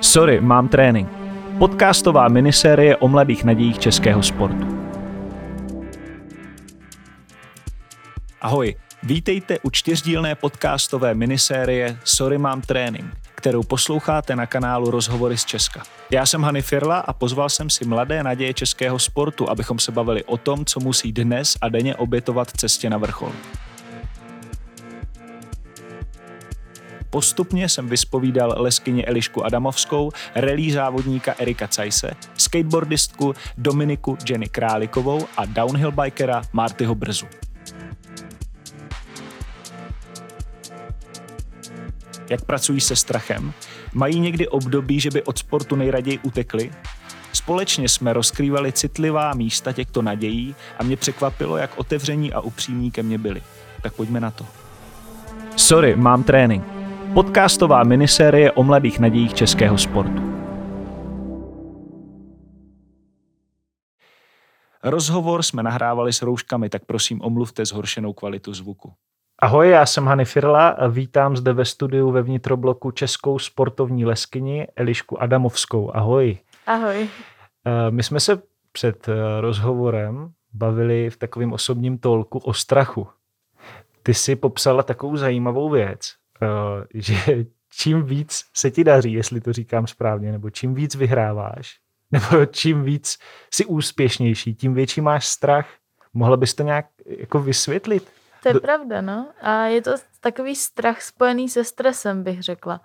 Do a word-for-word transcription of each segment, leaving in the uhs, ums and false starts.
Sorry, mám trénink. Podcastová minisérie o mladých nadějích českého sportu. Ahoj, vítejte u čtyřdílné podcastové minisérie Sorry, mám trénink, kterou posloucháte na kanálu Rozhovory z Česka. Já jsem Hany Firla a pozval jsem si mladé naděje českého sportu, abychom se bavili o tom, co musí dnes a denně obětovat cestě na vrchol. Postupně jsem vyspovídal leskyni Elišku Adamovskou, rally závodníka Erika Cajse, skateboardistku Dominiku Jenny Králikovou a downhill bikera Martyho Brzu. Jak pracují se strachem? Mají někdy období, že by od sportu nejraději utekli? Společně jsme rozkrývali citlivá místa těchto nadějí a mě překvapilo, jak otevření a upřímní ke mně byli. Tak pojďme na to. Sorry, mám trénink. Podcastová minisérie o mladých nadějích českého sportu. Rozhovor jsme nahrávali s rouškami, tak prosím omluvte zhoršenou kvalitu zvuku. Ahoj, já jsem Hany Firla a vítám zde ve studiu ve vnitrobloku českou sportovní leskyni Elišku Adamovskou. Ahoj. Ahoj. My jsme se před rozhovorem bavili v takovém osobním talku o strachu. Ty jsi popsala takovou zajímavou věc, že čím víc se ti daří, jestli to říkám správně, nebo čím víc vyhráváš, nebo čím víc jsi úspěšnější, tím větší máš strach. Mohla bys to nějak jako vysvětlit? To je Do... pravda, no. A je to takový strach spojený se stresem, bych řekla.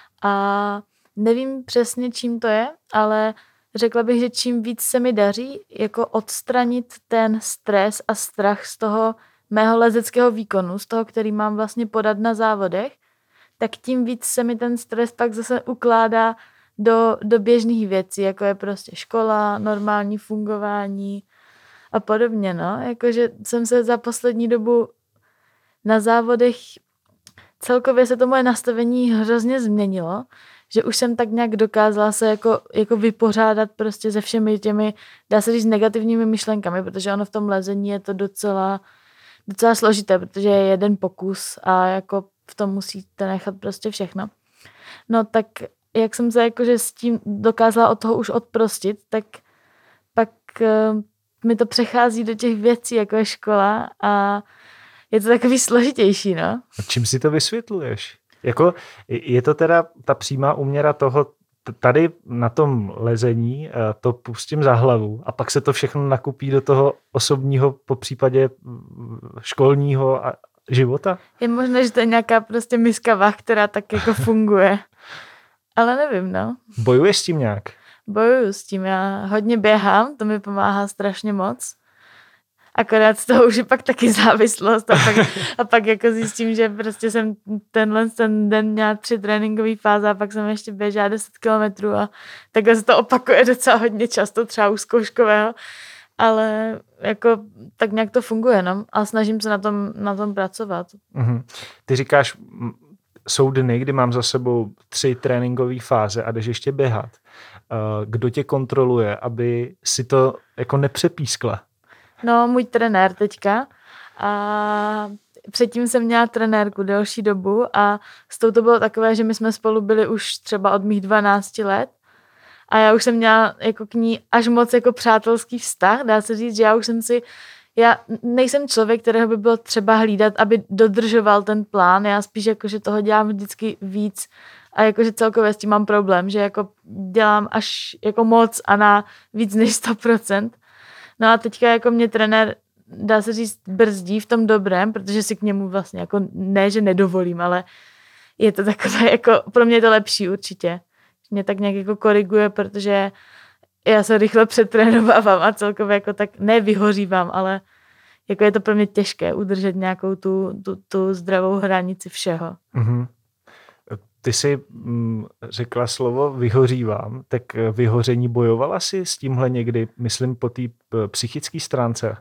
A nevím přesně, čím to je, ale řekla bych, že čím víc se mi daří jako odstranit ten stres a strach z toho mého lezeckého výkonu, z toho, který mám vlastně podat na závodech, tak tím víc se mi ten stres pak zase ukládá do, do běžných věcí, jako je prostě škola, normální fungování a podobně, no. Jakože jsem se za poslední dobu na závodech, celkově se to moje nastavení hrozně změnilo, že už jsem tak nějak dokázala se jako, jako vypořádat prostě se všemi těmi, dá se říct, negativními myšlenkami, protože ono v tom lezení je to docela, docela složité, protože je jeden pokus a jako v tom musíte nechat prostě všechno. No tak jak jsem se jakože s tím dokázala od toho už odprostit, tak pak uh, mi to přechází do těch věcí, jako je škola a je to takový složitější, no. A čím si to vysvětluješ? Jako, je to teda ta přímá úměra toho, tady na tom lezení to pustím za hlavu a pak se to všechno nakupí do toho osobního, popřípadě školního a života? Je možné, že to je nějaká prostě miska vah, která tak jako funguje. Ale nevím, no. Bojuješ s tím nějak? Bojuju s tím, já hodně běhám, to mi pomáhá strašně moc. Akorát z toho už je pak taky závislost a pak, a pak jako zjistím, že prostě jsem tenhle ten den měla tři tréninkové fáze a pak jsem ještě běžela deset kilometrů a takhle se to opakuje docela hodně často, třeba u zkouškového, ale jako tak nějak to funguje, no, a snažím se na tom, na tom pracovat. Mm-hmm. Ty říkáš, jsou dny, kdy mám za sebou tři tréninkové fáze a jdeš ještě běhat. Kdo tě kontroluje, aby si to jako nepřepískla? No, můj trenér teďka a předtím jsem měla trenérku delší dobu a s tou to bylo takové, že my jsme spolu byli už třeba od mých dvanácti let a já už jsem měla jako k ní až moc jako přátelský vztah, dá se říct, že já už jsem si, já nejsem člověk, kterého by bylo třeba hlídat, aby dodržoval ten plán, já spíš jako, že toho dělám vždycky víc a jakože celkově s tím mám problém, že jako dělám až jako moc a na víc než sto procent. No a teďka jako mě trenér, dá se říct, brzdí v tom dobrém, protože si k němu vlastně jako ne, že nedovolím, ale je to takové jako, pro mě je to lepší určitě. Mě tak nějak jako koriguje, protože já se rychle přetrénovávám a celkově jako tak nevyhořívám, ale jako je to pro mě těžké udržet nějakou tu, tu, tu zdravou hranici všeho. Mm-hmm. Ty jsi mm, řekla slovo vyhořívám, tak vyhoření bojovala jsi s tímhle někdy, myslím, po té psychické stránce?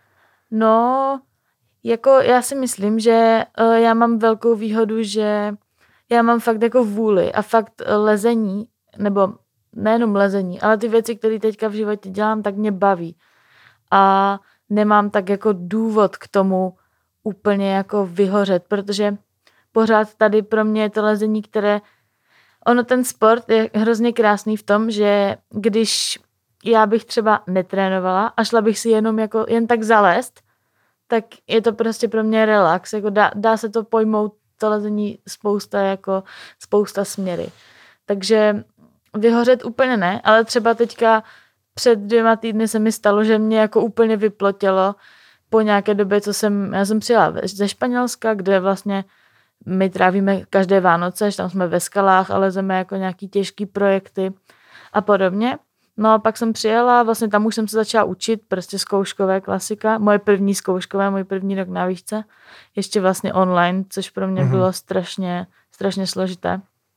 No, jako já si myslím, že uh, já mám velkou výhodu, že já mám fakt jako vůli a fakt lezení, nebo nejenom lezení, ale ty věci, které teďka v životě dělám, tak mě baví. A nemám tak jako důvod k tomu úplně jako vyhořet, protože pořád tady pro mě je to lezení, které ono ten sport je hrozně krásný v tom, že když já bych třeba netrénovala a šla bych si jenom jako jen tak zalézt, tak je to prostě pro mě relax. Jako dá, dá se to pojmout to lezení spousta, jako spousta směry. Takže vyhořet úplně ne, ale třeba teďka před dvěma týdny se mi stalo, že mě jako úplně vyplo tělo po nějaké době, co jsem, já jsem přijela ze Španělska, kde vlastně my trávíme každé Vánoce, že tam jsme ve skalách a lezeme jako nějaký těžký projekty a podobně. No a pak jsem přijela, vlastně tam už jsem se začala učit, prostě zkouškové klasika, moje první zkouškové, můj první rok na výšce, ještě vlastně online, což pro mě mm-hmm. bylo strašně, strašně složité.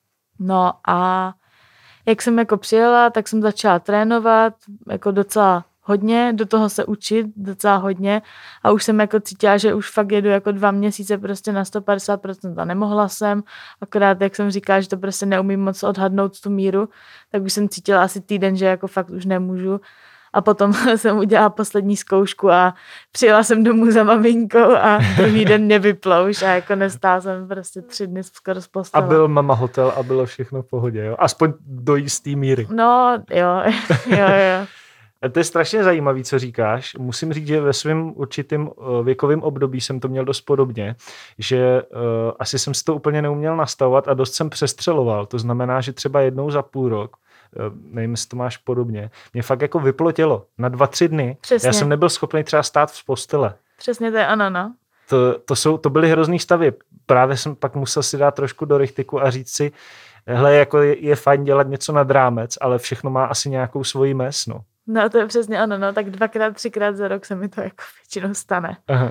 No a jak jsem jako přijela, tak jsem začala trénovat, jako docela hodně, do toho se učit docela hodně a už jsem jako cítila, že už fakt jedu jako dva měsíce prostě na sto padesát procent a nemohla jsem, akorát jak jsem říkala, že to prostě neumím moc odhadnout tu míru, tak už jsem cítila asi týden, že jako fakt už nemůžu a potom jsem udělala poslední zkoušku a přijela jsem domů za maminkou a druhý den mě vyplo už a jako nestála jsem prostě tři dny skoro z postele. A byl mama hotel a bylo všechno v pohodě, jo? Aspoň do jistý míry. No, jo, jo, jo. To je strašně zajímavý, co říkáš. Musím říct, že ve svém určitým věkovém období jsem to měl dost podobně, že uh, asi jsem si to úplně neuměl nastavovat a dost jsem přestřeloval. To znamená, že třeba jednou za půl rok, uh, nevím, jestli to máš podobně, mě fakt jako vyplo tělo na dva, tři dny. Přesně. Já jsem nebyl schopný třeba stát v postele. Přesně to je ano, no. To, to, jsou, to byly hrozný stavy. Právě jsem pak musel si dát trošku do rychtiku a říct si, hele, jako je, je fajn dělat něco nad rámec, ale všechno má asi nějakou svoji mez, no. No to je přesně ano, no, tak dvakrát, třikrát za rok se mi to jako většinou stane. Aha.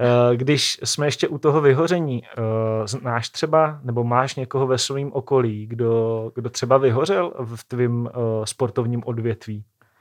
Když jsme ještě u toho vyhoření, znáš třeba, nebo máš někoho ve svém okolí, kdo, kdo třeba vyhořel v tvým sportovním odvětví?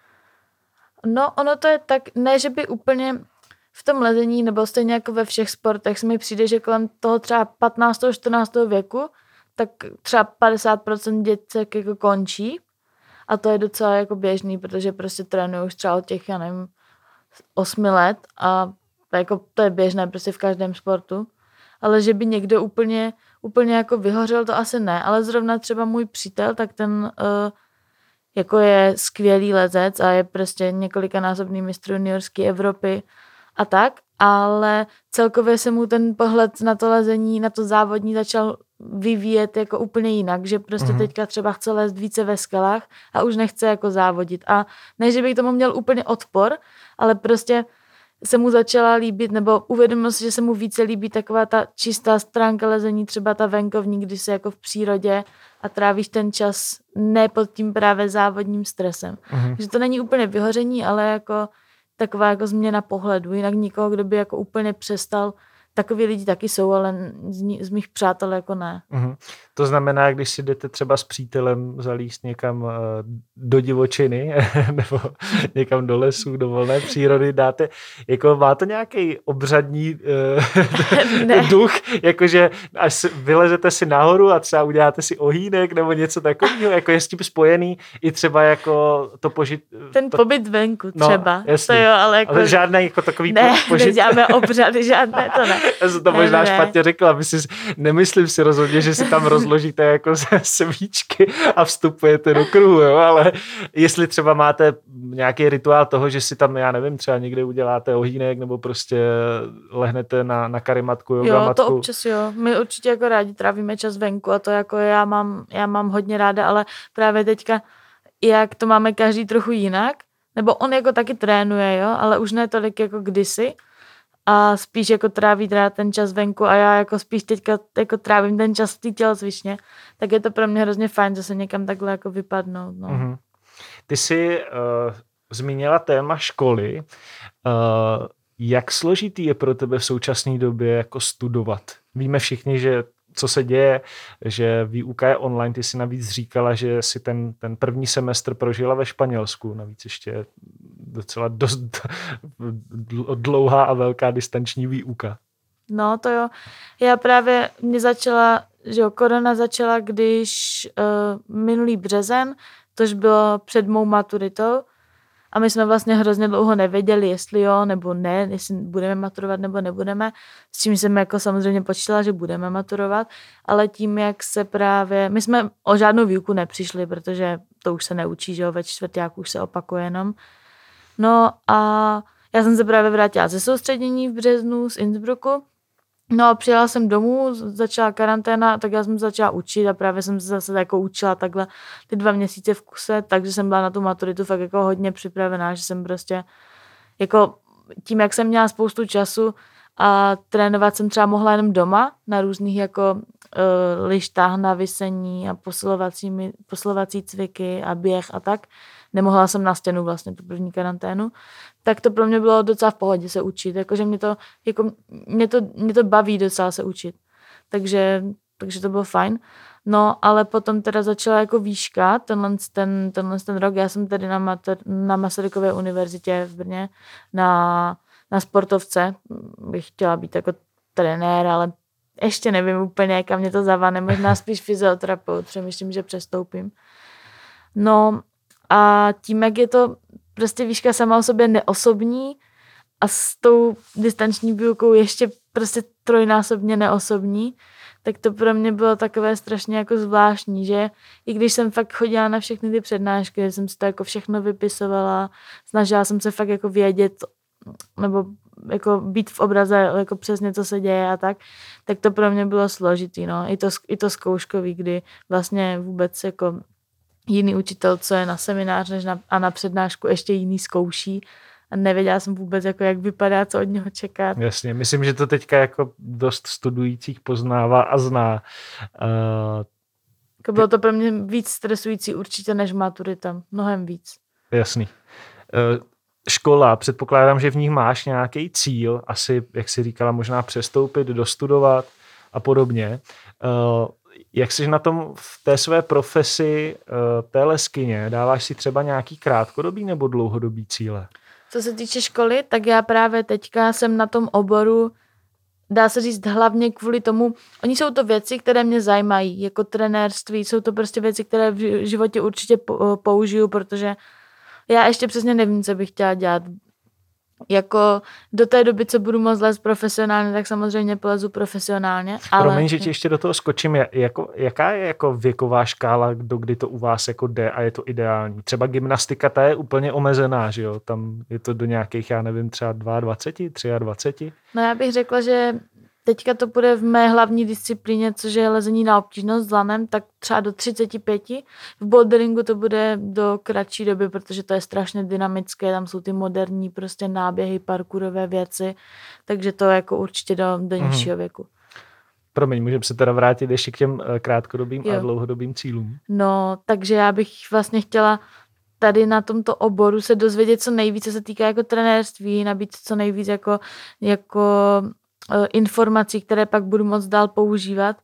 No ono to je tak, ne, že by úplně v tom lezení, nebo stejně jako ve všech sportech, se mi přijde, že kolem toho třeba patnáctého čtrnáctého věku, tak třeba padesát procent děcek jako končí. A to je docela jako běžný, protože prostě trénuju už třeba od těch, já nevím, osmi let a to, jako, to je běžné prostě v každém sportu. Ale že by někdo úplně, úplně jako vyhořel, to asi ne. Ale zrovna třeba můj přítel, tak ten uh, jako je skvělý lezec a je prostě několikanásobný mistr juniorské Evropy a tak. Ale celkově se mu ten pohled na to lezení, na to závodní začal vyvíjet jako úplně jinak, že prostě mm-hmm. teďka třeba chce lézt více ve skalách a už nechce jako závodit. A ne, že bych tomu měl úplně odpor, ale prostě se mu začala líbit, nebo uvědomil si, že se mu více líbí taková ta čistá stránka lezení, třeba ta venkovní, když se jako v přírodě a trávíš ten čas ne pod tím právě závodním stresem. Mm-hmm. Že to není úplně vyhoření, ale jako taková jako změna pohledu. Jinak nikoho, kdo by jako úplně přestal. Takový lidi taky jsou, ale z, z mých přátel jako ne. Mm-hmm. To znamená, když si jdete třeba s přítelem zalíst někam uh, do divočiny nebo někam do lesů, do volné přírody, dáte, jako má to nějaký obřadní uh, duch, jakože až vylezete si nahoru a třeba uděláte si ohýnek nebo něco takového, jako je s tím spojený i třeba jako to požit... Ten to, pobyt venku třeba. No, to jo, ale jako... Ale žádné jako takový ne, požit... neděláme obřady, žádné to ne. Já jsem to ne, možná ne. špatně řekla, myslím, nemyslím si rozhodně, že si tam rozložíte jako svíčky a vstupujete do kruhu, jo? Ale jestli třeba máte nějaký rituál toho, že si tam, já nevím, třeba někde uděláte ohýnek nebo prostě lehnete na, na karimatku, jogamatku. Jo, to občas jo. My určitě jako rádi trávíme čas venku a to jako já mám, já mám hodně ráda, ale právě teďka, jak to máme každý trochu jinak, nebo on jako taky trénuje, jo, ale už ne tolik jako kdysi, a spíš jako tráví rád ten čas venku a já jako spíš teďka jako trávím ten čas v té tělocvičně, tak je to pro mě hrozně fajn zase někam takhle jako vypadnout. No. Mm-hmm. Ty jsi uh, zmínila téma školy. Uh, jak složitý je pro tebe v současné době jako studovat? Víme všichni, že co se děje, že výuka je online. Ty si navíc říkala, že si ten, ten první semestr prožila ve Španělsku. Navíc ještě docela dost dlouhá a velká distanční výuka. No to jo. Já právě mě začala, že jo, korona začala, když uh, minulý březen, tož bylo před mou maturitou, a my jsme vlastně hrozně dlouho nevěděli, jestli jo nebo ne, jestli budeme maturovat nebo nebudeme, s čím jsem jako samozřejmě počítala, že budeme maturovat, ale tím, jak se právě, my jsme o žádnou výuku nepřišli, protože to už se neučí, že jo, ve čtvrťáku už se opakuje jenom. No a já jsem se právě vrátila ze soustředění v březnu z Innsbrucku. No a přijela jsem domů, začala karanténa, tak já jsem začala učit a právě jsem se zase jako učila takhle ty dva měsíce v kuse, takže jsem byla na tu maturitu fakt jako hodně připravená, že jsem prostě jako tím, jak jsem měla spoustu času a trénovat jsem třeba mohla jenom doma na různých jako uh, lištách na visení a posilovací, posilovací cviky a běh a tak. Nemohla jsem na stěnu vlastně tu první karanténu, tak to pro mě bylo docela v pohodě se učit, jakože mě to, jako, mě to, mě to baví docela se učit, takže, takže to bylo fajn. No, ale potom teda začala jako výška, tenhle ten, tenhle ten rok, já jsem tady na, mater, na Masarykově univerzitě v Brně, na, na sportovce, bych chtěla být jako trenér, ale ještě nevím úplně, kam mě to zavane, možná spíš fyzioterapeut, přemýšlím, že přestoupím. No, a tím, jak je to prostě výška sama o sobě neosobní a s tou distanční výukou ještě prostě trojnásobně neosobní, tak to pro mě bylo takové strašně jako zvláštní, že i když jsem fakt chodila na všechny ty přednášky, jsem si to jako všechno vypisovala, snažila jsem se fakt jako vědět, nebo jako být v obraze jako přesně, co se děje a tak, tak to pro mě bylo složitý, no. I to, i to zkouškový, kdy vlastně vůbec jako jiný učitel, co je na seminář než na, a na přednášku ještě jiný zkouší a nevěděla jsem vůbec, jako jak vypadá, co od něho čekat. Jasně, myslím, že to teďka jako dost studujících poznává a zná. Uh, jako bylo to pro mě víc stresující určitě než maturita, mnohem víc. Jasný. Uh, škola, předpokládám, že v ní máš nějaký cíl, asi, jak jsi říkala, možná přestoupit, dostudovat a podobně. Uh, Jak jsi na tom v té své profesi té leskyně? Dáváš si třeba nějaký krátkodobý nebo dlouhodobý cíle? Co se týče školy, tak já právě teďka jsem na tom oboru, dá se říct hlavně kvůli tomu, oni jsou to věci, které mě zajímají, jako trenérství, jsou to prostě věci, které v životě určitě použiju, protože já ještě přesně nevím, co bych chtěla dělat. Jako do té doby, co budu moc lézt profesionálně, tak samozřejmě polezu profesionálně. Ale... Promiň, že ti ještě do toho skočím. Jako, jaká je jako věková škála, do kdy to u vás jako jde a je to ideální? Třeba gymnastika, ta je úplně omezená, že jo? Tam je to do nějakých, já nevím, třeba dvacet dva, dvacet tři? No já bych řekla, že teďka to bude v mé hlavní disciplíně, což je lezení na obtížnost s lanem, tak třeba do třicet pět. V boulderingu to bude do kratší doby, protože to je strašně dynamické, tam jsou ty moderní prostě náběhy, parkourové věci, takže to jako určitě do, do nižšího věku. Promiň, můžeme se teda vrátit ještě k těm krátkodobým jo. a dlouhodobým cílům. No, takže já bych vlastně chtěla tady na tomto oboru se dozvědět co nejvíc, co se týká jako trenérství, nabít co nejvíc jako, jako informací, které pak budu moc dál používat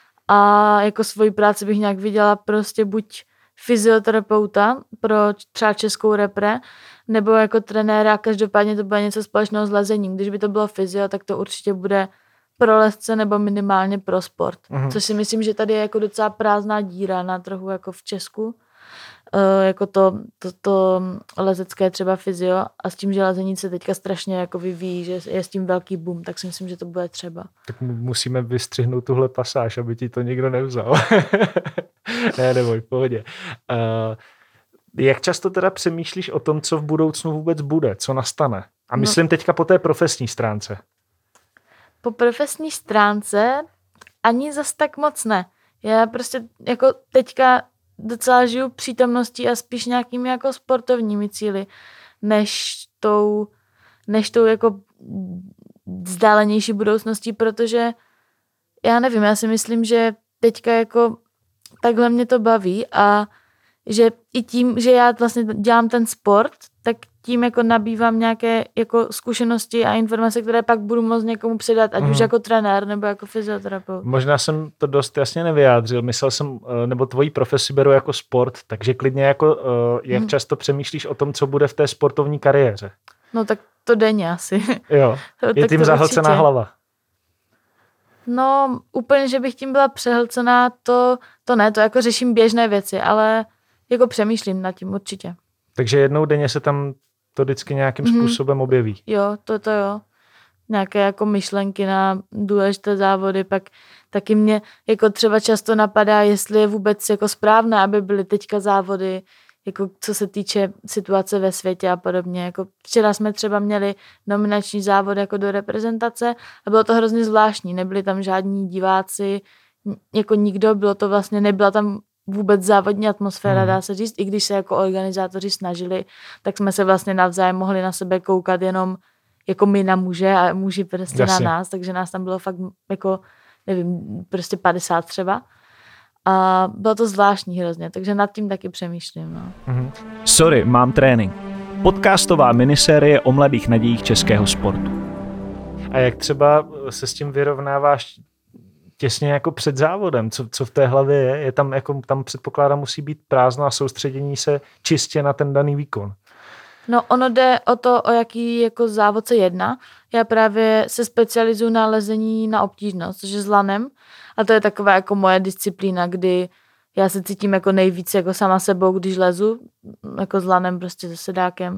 a jako svoji práci bych nějak viděla prostě buď fyzioterapeuta pro třeba českou repre, nebo jako trenéra, každopádně to bude něco společného s lezením. Když by to bylo fyzio, tak to určitě bude pro lezce nebo minimálně pro sport. Mhm. Což si myslím, že tady je jako docela prázdná díra na trhu jako v Česku. Uh, jako to, to, to lezecké třeba fyzio a s tím, že lezení se teďka strašně jako vyvíjí, že je s tím velký boom, tak si myslím, že to bude třeba. Tak musíme vystřihnout tuhle pasáž, aby ti to nikdo nevzal. ne, neboj, v pohodě. Uh, jak často teda přemýšlíš o tom, co v budoucnu vůbec bude, co nastane? A myslím no, teďka po té profesní stránce. Po profesní stránce ani zas tak moc ne. Já prostě jako teďka docela žiju přítomností a spíš nějakými jako sportovními cíli, než tou, než tou jako vzdálenější budoucností, protože já nevím, já si myslím, že teďka jako takhle mě to baví a že i tím, že já vlastně dělám ten sport, tak tím jako nabývám nějaké jako zkušenosti a informace, které pak budu moct někomu předat, ať mm. už jako trenér nebo jako fyzioterapeut. Možná jsem to dost jasně nevyjádřil. Myslel jsem, nebo tvojí profesi beru jako sport, takže klidně jako, jak mm. často přemýšlíš o tom, co bude v té sportovní kariéře? No tak to denně asi. Jo, je tím zahlcená hlava. No úplně, že bych tím byla přehlcená, to, to ne, to jako řeším běžné věci, ale jako přemýšlím nad tím určitě. Takže jednou denně se tam to vždycky nějakým mm-hmm. způsobem objeví. Jo, to to jo. Nějaké jako myšlenky na důležité závody, pak taky mě jako třeba často napadá, jestli je vůbec jako správné, aby byly teďka závody, jako co se týče situace ve světě a podobně. Jako včera jsme třeba měli nominační závod jako do reprezentace a bylo to hrozně zvláštní. Nebyli tam žádní diváci, jako nikdo, bylo to vlastně, nebyla tam vůbec závodní atmosféra, hmm. dá se říct, i když se jako organizátoři snažili, tak jsme se vlastně navzájem mohli na sebe koukat jenom jako my na muže a muži prostě Jasně. na nás, takže nás tam bylo fakt jako, nevím, prostě padesát třeba. A bylo to zvláštní hrozně, takže nad tím taky přemýšlím. No. Mm-hmm. Sorry, mám trénink. Podcastová minisérie o mladých nadějích českého sportu. A jak třeba se s tím vyrovnáváš těsně jako před závodem? Co, co v té hlavě je? Je tam, jako, tam předpokládám, musí být prázdno a soustředění se čistě na ten daný výkon. No ono jde o to, o jaký jako závod se jedná. Já právě se specializuju na lezení na obtížnost, což je s lanem. A to je taková jako moje disciplína, kdy já se cítím jako nejvíc jako sama sebou, když lezu, jako s lanem, prostě se sedákem.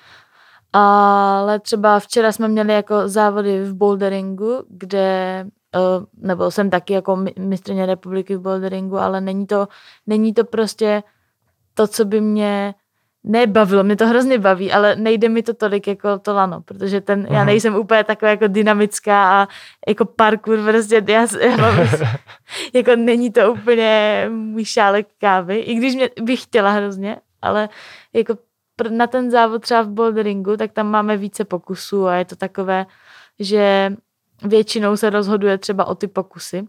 Ale třeba včera jsme měli jako závody v boulderingu, kde, nebo jsem taky jako mistryně republiky v boulderingu, ale není to, není to prostě to, co by mě nebavilo, mě to hrozně baví, ale nejde mi to tolik jako to lano, protože ten, já nejsem úplně taková jako dynamická a jako parkour, prostě já, já mám, jako není to úplně můj šálek kávy, i když mě bych chtěla hrozně, ale jako na ten závod třeba v boulderingu, tak tam máme více pokusů a je to takové, že většinou se rozhoduje třeba o ty pokusy,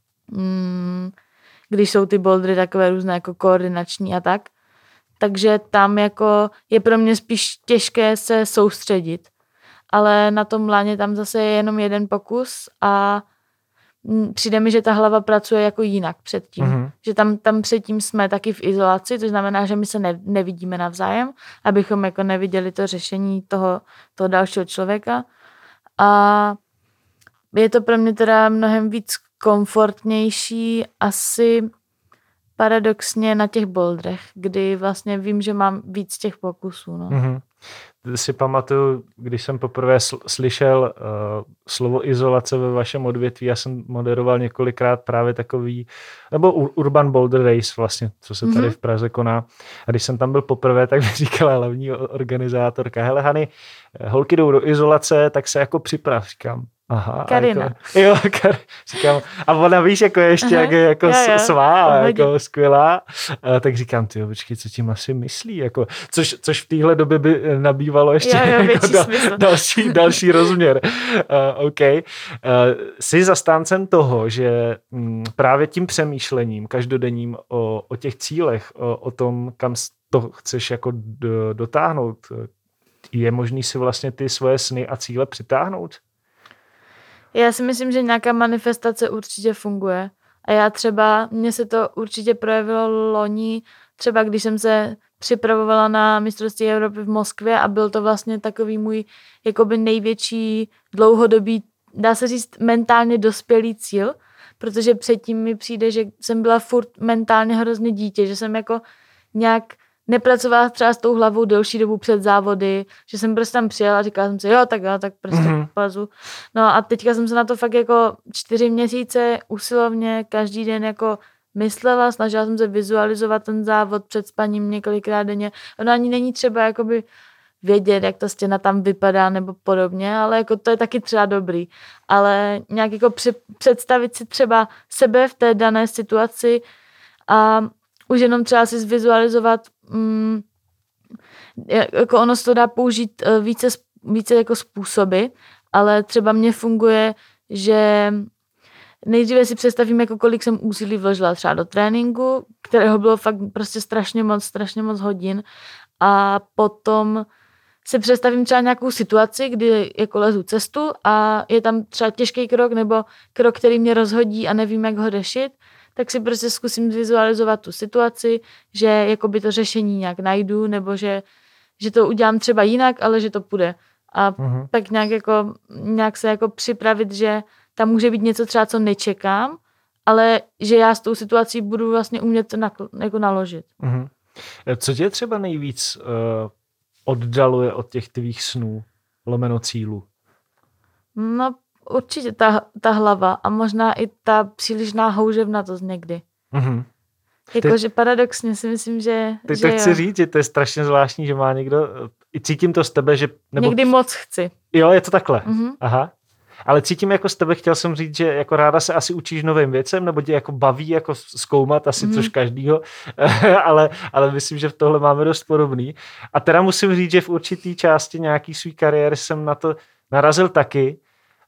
hmm, když jsou ty bouldery takové různé jako koordinační a tak. Takže tam jako je pro mě spíš těžké se soustředit. Ale na tom láně tam zase je jenom jeden pokus a přijde mi, že ta hlava pracuje jako jinak předtím. Mm-hmm. Že tam, tam předtím jsme taky v izolaci, což znamená, že my se ne, nevidíme navzájem, abychom jako neviděli to řešení toho, toho dalšího člověka. A je to pro mě teda mnohem víc komfortnější asi paradoxně na těch boulderech, kdy vlastně vím, že mám víc těch pokusů. No. Mm-hmm. Si pamatuju, když jsem poprvé sl- slyšel uh, slovo izolace ve vašem odvětví, já jsem moderoval několikrát právě takový, nebo Urban Boulder Race vlastně, co se tady mm-hmm. v Praze koná. A když jsem tam byl poprvé, tak mi říkala hlavní organizátorka, hele Hany, holky jdou do izolace, tak se jako připrav, říkám. Aha, Karina. Jako, jo, Kar, říkám, a ona víš, jako je ještě jak je jako jo, jo, svá, jako skvělá, a tak říkám, tyjo, počkej, co tím asi myslí, jako, což, což v téhle době by nabývalo ještě jo, jo, jako da, další, další rozměr. Uh, OK. Uh, jsi zastáncem toho, že m, právě tím přemýšlením každodenním o, o těch cílech, o, o tom, kam to chceš jako do, dotáhnout, je možný si vlastně ty svoje sny a cíle přitáhnout? Já si myslím, že nějaká manifestace určitě funguje. A já třeba, mně se to určitě projevilo loni, třeba když jsem se připravovala na mistrovství Evropy v Moskvě a byl to vlastně takový můj jakoby největší dlouhodobý, dá se říct, mentálně dospělý cíl, protože předtím mi přijde, že jsem byla furt mentálně hrozně dítě, že jsem jako nějak nepracovala třeba s tou hlavou delší dobu před závody, že jsem prostě tam přijela a říkala jsem si, jo, tak jo, tak prostě mm-hmm. plezu. No a teďka jsem se na to fakt jako čtyři měsíce usilovně každý den jako myslela, snažila jsem se vizualizovat ten závod před spaním několikrát denně. Ono ani není třeba jakoby vědět, jak ta stěna tam vypadá nebo podobně, ale jako to je taky třeba dobrý. Ale nějak jako při, představit si třeba sebe v té dané situaci a už jenom třeba si zvizualizovat, mm, jako ono se to dá použít více, více jako způsoby, ale třeba mně funguje, že nejdříve si představím, jako kolik jsem úsilí vložila třeba do tréninku, kterého bylo fakt prostě strašně moc, strašně moc hodin a potom si představím třeba nějakou situaci, kdy jako lezu cestu a je tam třeba těžký krok nebo krok, který mě rozhodí a nevím, jak ho řešit, tak si prostě zkusím vizualizovat tu situaci, že jakoby to řešení nějak najdu, nebo že, že to udělám třeba jinak, ale že to půjde. A uh-huh. tak nějak, jako, nějak se jako připravit, že tam může být něco třeba, co nečekám, ale že já s tou situací budu vlastně umět nakl- jako naložit. Uh-huh. Co tě třeba nejvíc uh, oddaluje od těch tvých snů, lomeno cílů? No určitě ta, ta hlava a možná i ta přílišná houževnatost někdy. Mm-hmm. Jakože paradoxně si myslím, že Ty že to chci jo. říct, že to je strašně zvláštní, že má někdo, i cítím to z tebe, že... Nebo... Někdy moc chci. Jo, je to takhle. Mm-hmm. Aha. Ale cítím jako z tebe, chtěl jsem říct, že jako ráda se asi učíš novým věcem, nebo tě jako baví jako zkoumat, asi mm. což každýho, ale, ale myslím, že v tohle máme dost podobný. A teda musím říct, že v určitý části nějaký svý kariéry jsem na to narazil taky.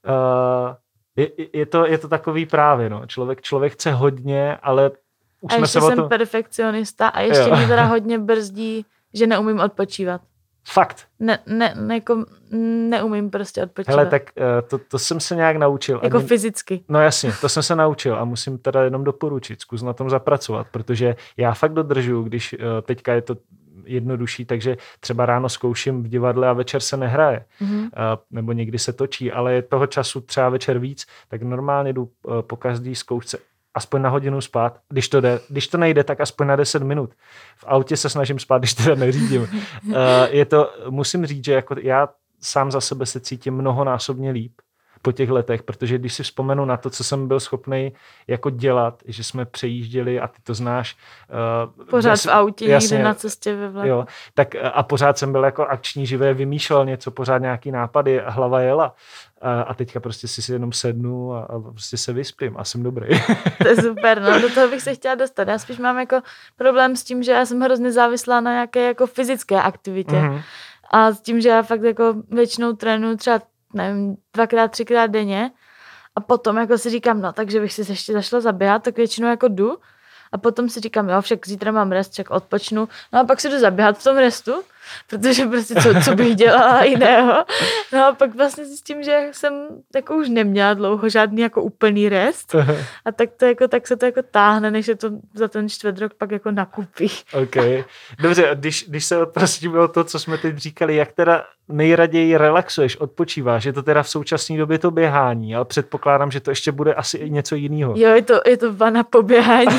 Uh, je, je, to, je to takový právě, no. Člověk, člověk chce hodně, ale už a jsme ještě se o jsem to... perfekcionista a ještě Jo. mě teda hodně brzdí, že neumím odpočívat. Fakt. Ne, ne, ne, jako neumím prostě odpočívat. Hele, tak uh, to, to jsem se nějak naučil. Jako Ani... fyzicky. No jasně, to jsem se naučil a musím teda jenom doporučit, zkus na tom zapracovat, protože já fakt dodržuju, když uh, teďka je to jednodušší, takže třeba ráno zkouším v divadle a večer se nehraje, Mm-hmm. uh, nebo někdy se točí, ale je toho času třeba večer víc, tak normálně jdu uh, po každý zkoušce aspoň na hodinu spát, když to jde. Když to nejde, tak aspoň na deset minut. V autě se snažím spát, když teda neřídím. Uh, je to, musím říct, že jako já sám za sebe se cítím mnohonásobně líp po těch letech, protože když si vzpomenu na to, co jsem byl schopný jako dělat, že jsme přejížděli a ty to znáš. Uh, Pořád bez, v autě, jasně, někde na cestě ve vlaku. Jo, tak a pořád jsem byl jako akční živé, vymýšlel něco, pořád nějaký nápady, hlava jela. A, a teďka prostě si jenom sednu a, a prostě se vyspím a jsem dobrý. To je super, no do toho bych se chtěla dostat. Já spíš mám jako problém s tím, že já jsem hrozně závislá na nějaké jako fyzické aktivitě. Mm-hmm. A s tím, že já fakt jako většinou trénuju třeba, nevím, dvakrát, třikrát denně a potom jako si říkám, no takže bych si ještě zašla zaběhat, tak většinou jako jdu a potom si říkám, jo, však zítra mám rest, však odpočnu, no a pak si jdu zaběhat v tom restu, protože prostě co, co bych dělala jiného. No a pak vlastně zjistím, že jsem jako už neměla dlouho žádný jako úplný rest a tak to jako, tak se to jako táhne, než se to za ten čtvrt rok pak jako nakupí. OK. Dobře, když, když se odprostíme o to, co jsme teď říkali, jak teda nejraději relaxuješ, odpočíváš, je to teda v současné době to běhání, ale předpokládám, že to ještě bude asi i něco jiného. Jo, je to, je to vana po běhání.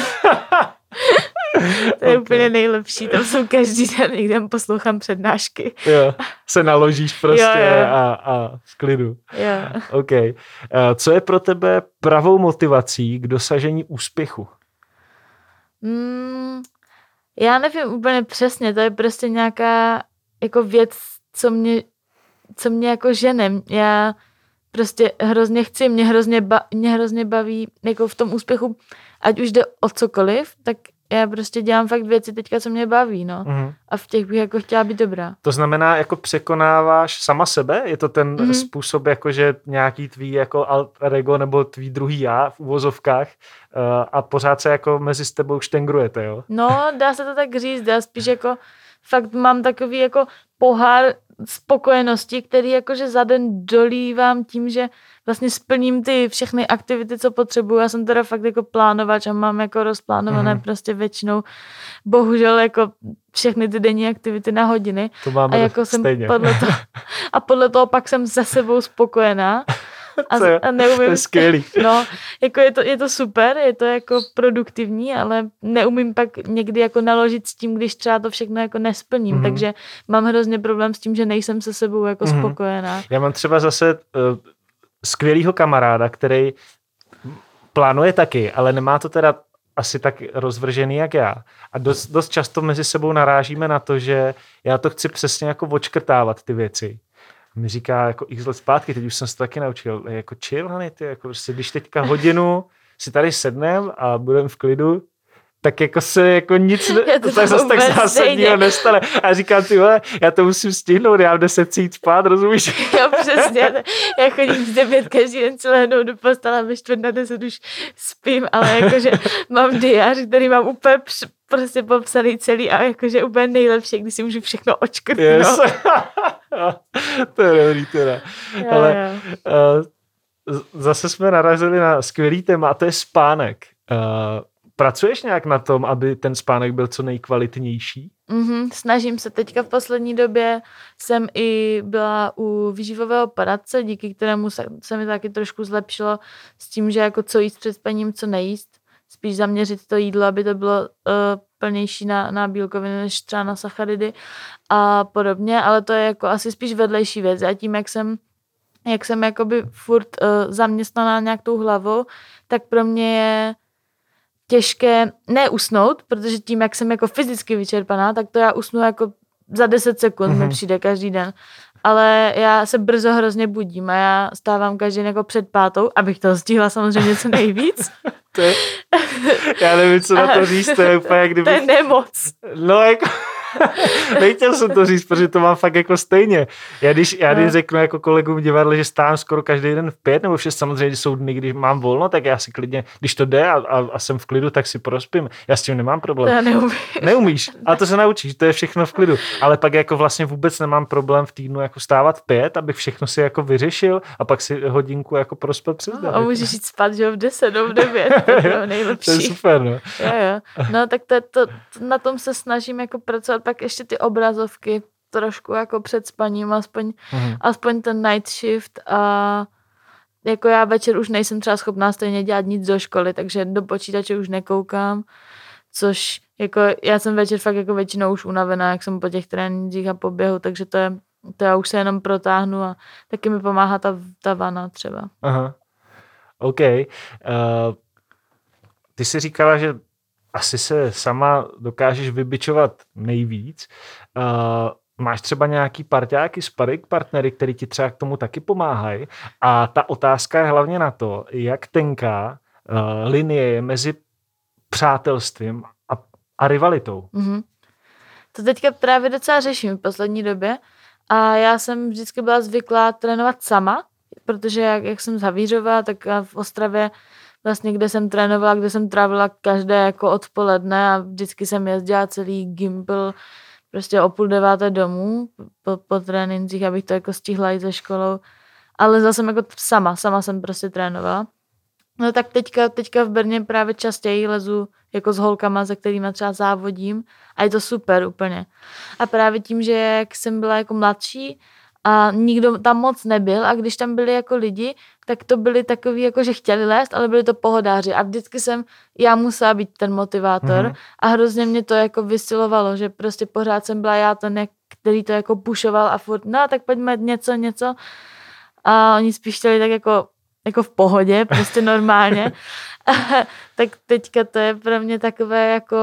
To je Okay. úplně nejlepší, tam jsou každý den, někde poslouchám přednášky. Jo, se naložíš prostě Jo, jo. A, a v klidu. Jo. OK. Co je pro tebe pravou motivací k dosažení úspěchu? Mm, já nevím úplně přesně, to je prostě nějaká jako věc, co mě, co mě jako žene. Já prostě hrozně chci, mě hrozně, ba, mě hrozně baví jako v tom úspěchu, ať už jde o cokoliv, tak já prostě dělám fakt věci teďka, co mě baví, no. Mm-hmm. A v těch bych jako chtěla být dobrá. To znamená, jako překonáváš sama sebe? Je to ten mm-hmm. způsob, jako že nějaký tvý jako alter ego nebo tvý druhý já v uvozovkách uh, a pořád se jako mezi s tebou štengrujete, jo? No, dá se to tak říct, já spíš jako fakt mám takový jako pohár spokojenosti, který jakože za den dolívám tím, že vlastně splním ty všechny aktivity, co potřebuju. Já jsem teda fakt jako plánovač a mám jako rozplánované mm. prostě většinou bohužel jako všechny ty denní aktivity na hodiny. To máme a jako stejně. Jsem podle toho, a podle toho pak jsem se sebou spokojená. A, je, a neumím, to je skvělý. No, jako je to, je to super, je to jako produktivní, ale neumím pak někdy jako naložit s tím, když třeba to všechno jako nesplním, mm-hmm. takže mám hrozně problém s tím, že nejsem se sebou jako mm-hmm. spokojená. Já mám třeba zase uh, skvělýho kamaráda, který plánuje taky, ale nemá to teda asi tak rozvržený jak já. A dost, dost často mezi sebou narážíme na to, že já to chci přesně jako odškrtávat ty věci. Mi říká jako x let zpátky, teď už jsem se to taky naučil, jako chill, honey, ty, jako prostě, když teďka hodinu si tady sednem a budeme v klidu, tak jako se jako nic, ne, to tak zase tak zásadního nestane. A říkám, ty vole, já to musím stihnout, já v deset jít spát, rozumíš? Jo, přesně, já chodím v devět každý den se lehnou do postele, ve čtvrt na deset už spím, ale jakože mám diář, který mám úplně př- prostě popsaný celý a jakože úplně nejlepší, když si můžu všechno očkrtnout. Yes. To je dobrý teda. Jo, ale jo. Uh, zase jsme narazili na skvělý téma a to je spánek. Uh, pracuješ nějak na tom, aby ten spánek byl co nejkvalitnější? Mm-hmm, snažím se. Teďka v poslední době jsem i byla u výživového poradce, díky kterému se, se mi taky trošku zlepšilo s tím, že jako co jíst před spaním, co nejíst. spíš zaměřit to jídlo, aby to bylo uh, plnější na, na bílkoviny než třeba na sacharidy a podobně, ale to je jako asi spíš vedlejší věc. A tím, jak jsem, jak jsem jakoby furt uh, zaměstnaná nějak tou hlavou, tak pro mě je těžké neusnout, protože tím, jak jsem jako fyzicky vyčerpaná, tak to já usnu jako za deset sekund mm-hmm. mi přijde každý den. Ale já se brzo hrozně budím a já stávám každý den jako před pátou, abych to stihla samozřejmě co nejvíc. To je, já nevím, co na to říct, to je úplně jak kdyby... To je nemoc. No jako... Nechtěl jsem to říct, protože to mám fakt jako stejně. Já když, já když řeknu jako kolegům v divadle, že stávám skoro každý den v pět nebo v šest, samozřejmě jsou dny, když mám volno, tak já si klidně, když to jde a, a, a jsem v klidu, tak si prospím. Já s tím nemám problém. To já neumím. Neumíš, a to se naučíš, to je všechno v klidu. Ale pak jako vlastně vůbec nemám problém v týdnu jako stávat v pět, abych všechno si jako vyřešil a pak si hodinku jako prospat přes den. No, a můžeš jít spát, že v deset nebo v devět, to je nejlepší. To je super, no. Jo, jo. No tak to, to, na tom se snažím jako pracovat, pak ještě ty obrazovky trošku jako před spaním, aspoň, mm. aspoň ten night shift a jako já večer už nejsem třeba schopná stejně dělat nic do školy, takže do počítače už nekoukám, což jako já jsem večer fakt jako většinou už unavená, jak jsem po těch trénincích a poběhu, takže to je, to já už se jenom protáhnu a taky mi pomáhá ta, ta vana třeba. Aha, OK. Uh, ty jsi říkala, že asi se sama dokážeš vybičovat nejvíc. Uh, máš třeba nějaký parťáky, sparring partnery, který ti třeba k tomu taky pomáhají. A ta otázka je hlavně na to, jak tenká uh, linie je mezi přátelstvím a, a rivalitou. Mm-hmm. To teďka právě docela řeším v poslední době a já jsem vždycky byla zvyklá trénovat sama, protože jak, jak jsem z Havířova, tak v Ostravě vlastně, kde jsem trénovala, kde jsem trávila každé jako odpoledne a vždycky jsem jezdila celý Gimpl prostě o půl deváté domů po, po trénincích, abych to jako stihla jít ze školou. Ale zase jako sama, sama jsem prostě trénovala. No tak teďka, teďka v Brně právě častěji lezu jako s holkama, se kterými třeba závodím a je to super úplně. A právě tím, že jak jsem byla jako mladší a nikdo tam moc nebyl a když tam byli jako lidi, tak to byli takový, jako že chtěli lézt, ale byli to pohodáři a vždycky jsem, já musela být ten motivátor mm-hmm. a hrozně mě to jako vysilovalo, že prostě pořád jsem byla já ten, který to jako pušoval a furt, no tak pojďme něco, něco a oni spíš chtěli tak jako, jako v pohodě, prostě normálně. Tak teďka to je pro mě takové jako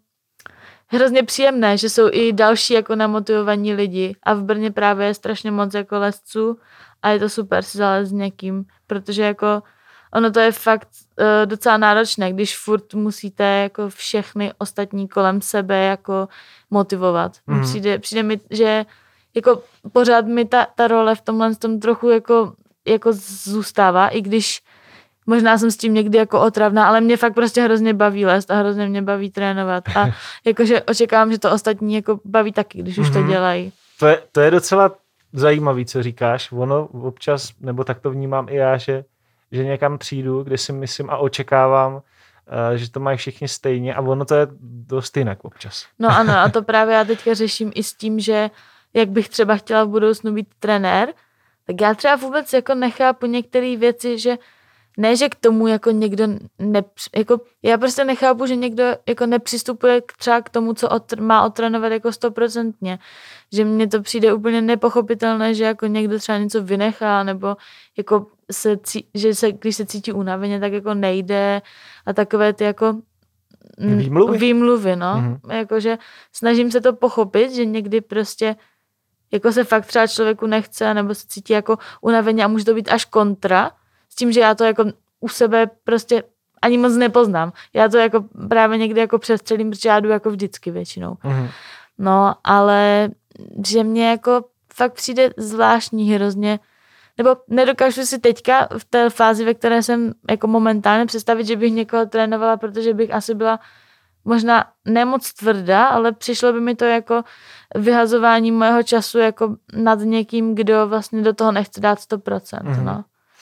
hrozně příjemné, že jsou i další jako namotivovaní lidi a v Brně právě je strašně moc jako lezců a je to super si zalézt s někým, protože jako ono to je fakt uh, docela náročné, když furt musíte jako všechny ostatní kolem sebe jako motivovat. Mm. Přijde, přijde mi, že jako pořád mi ta, ta role v tomhle tom trochu jako, jako zůstává, i když možná jsem s tím někdy jako otravná, ale mě fakt prostě hrozně baví lézt a hrozně mě baví trénovat. A jakože očekávám, že to ostatní jako baví taky, když už mm-hmm. to dělají. To je, to je docela zajímavý, co říkáš. Ono občas, nebo tak to vnímám i já, že, že někam přijdu, kde si myslím a očekávám, uh, že to mají všichni stejně a ono to je dost jinak občas. No ano, a to právě já teďka řeším i s tím, že jak bych třeba chtěla v budoucnu být trenér, tak já třeba vůbec jako nechápu některé věci, že ne, že k tomu jako někdo ne, jako já prostě nechápu, že někdo jako nepřistupuje k, třeba k tomu, co otr, má otrénovat jako stoprocentně. Že mně to přijde úplně nepochopitelné, že jako někdo třeba něco vynechá, nebo jako se, že se, když se cítí unaveně, tak jako nejde a takové ty jako výmluvy, výmluvy no. Mm-hmm. Jakože snažím se to pochopit, že někdy prostě jako se fakt třeba člověku nechce, nebo se cítí jako unaveně a může to být až kontra, s tím, že já to jako u sebe prostě ani moc nepoznám. Já to jako právě někdy jako přestřelím, protože já jdu jako vždycky většinou. Mm-hmm. No, ale že mě jako fakt přijde zvláštní hrozně, nebo nedokážu si teďka v té fázi, ve které jsem jako momentálně představit, že bych někoho trénovala, protože bych asi byla možná nemoc tvrdá, ale přišlo by mi to jako vyhazování mého času jako nad někým, kdo vlastně do toho nechce dát sto procent, mm-hmm. no.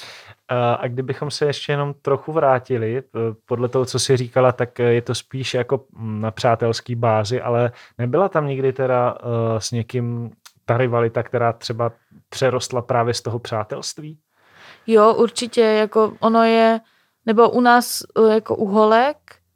A kdybychom se ještě jenom trochu vrátili, podle toho, co jsi říkala, tak je to spíš jako na přátelský bázi, ale nebyla tam nikdy teda uh, s někým ta rivalita, která třeba přerostla právě z toho přátelství? Jo, určitě, jako ono je, nebo u nás jako u holek,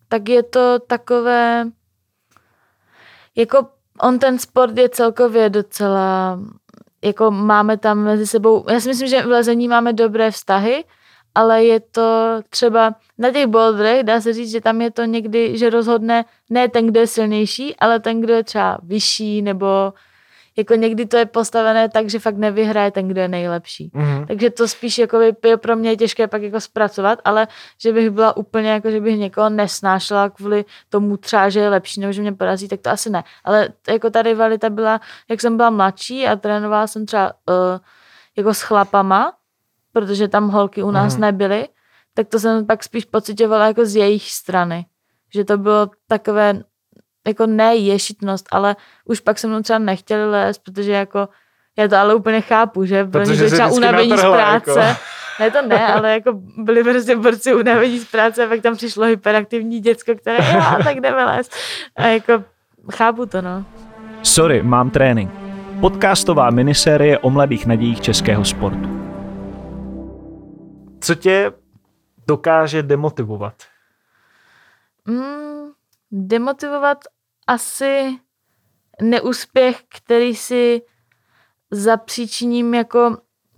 tak je to takové, jako on ten sport je celkově docela, jako máme tam mezi sebou, já si myslím, že v lezení máme dobré vztahy, ale je to třeba na těch boulderech, dá se říct, že tam je to někdy, že rozhodne ne ten, kdo je silnější, ale ten, kdo je třeba vyšší, nebo jako někdy to je postavené tak, že fakt nevyhraje ten, kdo je nejlepší. Mm-hmm. Takže to spíš jako je pro mě těžké pak jako zpracovat, ale že bych byla úplně jako, že bych někoho nesnášela kvůli tomu třeba, že je lepší, nebo že mě porazí, tak to asi ne. Ale jako ta rivalita byla, jak jsem byla mladší a trénovala jsem třeba uh, jako s chlapama, protože tam holky u nás mm-hmm. nebyly, tak to jsem pak spíš pocitovala jako z jejich strany. Že to bylo takové jako ne ješitnost, ale už pak se mnou třeba nechtěli lézt, protože jako já to ale úplně chápu, že pro ně byli třeba unavení z práce. Jako. Ne to ne, ale jako byli prostě borci unavení z práce a pak tam přišlo hyperaktivní děcko, které já tak jdeme lézt. A jako chápu to, no. Sorry, mám trénink. Podcastová minisérie o mladých nadějích českého sportu. Co tě dokáže demotivovat? Mm, demotivovat asi neúspěch, který si zapříčiním jako,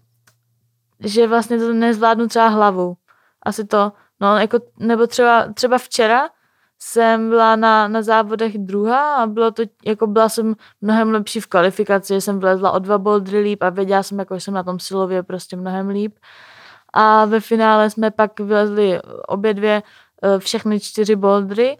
že vlastně to nezvládnu třeba hlavou. Asi to, no jako, nebo třeba, třeba včera jsem byla na, na závodech druhá a bylo to, jako byla jsem mnohem lepší v kvalifikaci, že jsem vlezla o dva bouldery líp a věděla jsem, jako, že jsem na tom silově prostě mnohem líp. A ve finále jsme pak vylezli obě dvě všechny čtyři bouldery,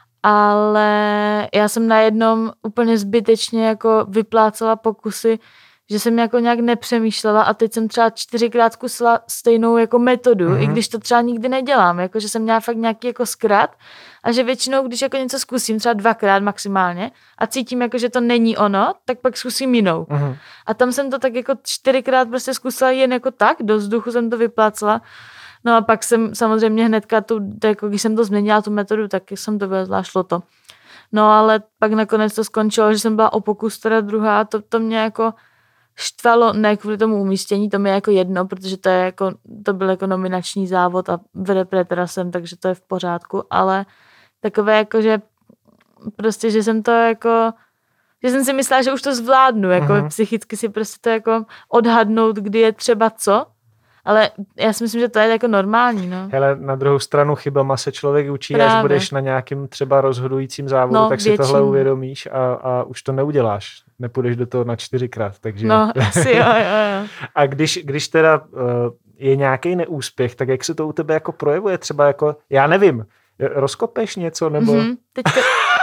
ale já jsem na jednom úplně zbytečně jako vyplácela pokusy, že jsem jako nějak nepřemýšlela a teď jsem třeba čtyřikrát zkusila stejnou jako metodu, mm-hmm. i když to třeba nikdy nedělám, jako že jsem měla fakt nějaký jako zkrat a že většinou, když jako něco zkusím, třeba dvakrát maximálně a cítím jako, že to není ono, tak pak zkusím jinou. Mm-hmm. A tam jsem to tak jako čtyřikrát prostě zkusila jen jako tak, do vzduchu jsem to vyplácela. No a pak jsem samozřejmě hnedka, tu, jako když jsem to změnila, tu metodu, tak jsem to vylezla, šlo to. No ale pak nakonec to skončilo, že jsem byla o pokus teda druhá a to, to mě jako štvalo, ne kvůli tomu umístění, to mi je jako jedno, protože to je jako, to byl jako nominační závod a v repre teda jsem, takže to je v pořádku, ale takové jako, že prostě, že jsem to jako, že jsem si myslela, že už to zvládnu, jako uh-huh. psychicky si prostě to jako odhadnout, kdy je třeba co, ale já si myslím, že to je jako normální, no. Hele, na druhou stranu chybama se člověk učí, Právě. Až budeš na nějakým třeba rozhodujícím závodu, no, tak si většin. Tohle uvědomíš a, a už to neuděláš. Nepůjdeš do toho na čtyřikrát, takže... No, asi jo, jo, jo. A když, když teda uh, je nějaký neúspěch, tak jak se to u tebe jako projevuje? Třeba jako, já nevím, rozkopeš něco, nebo... Mm-hmm, teďka...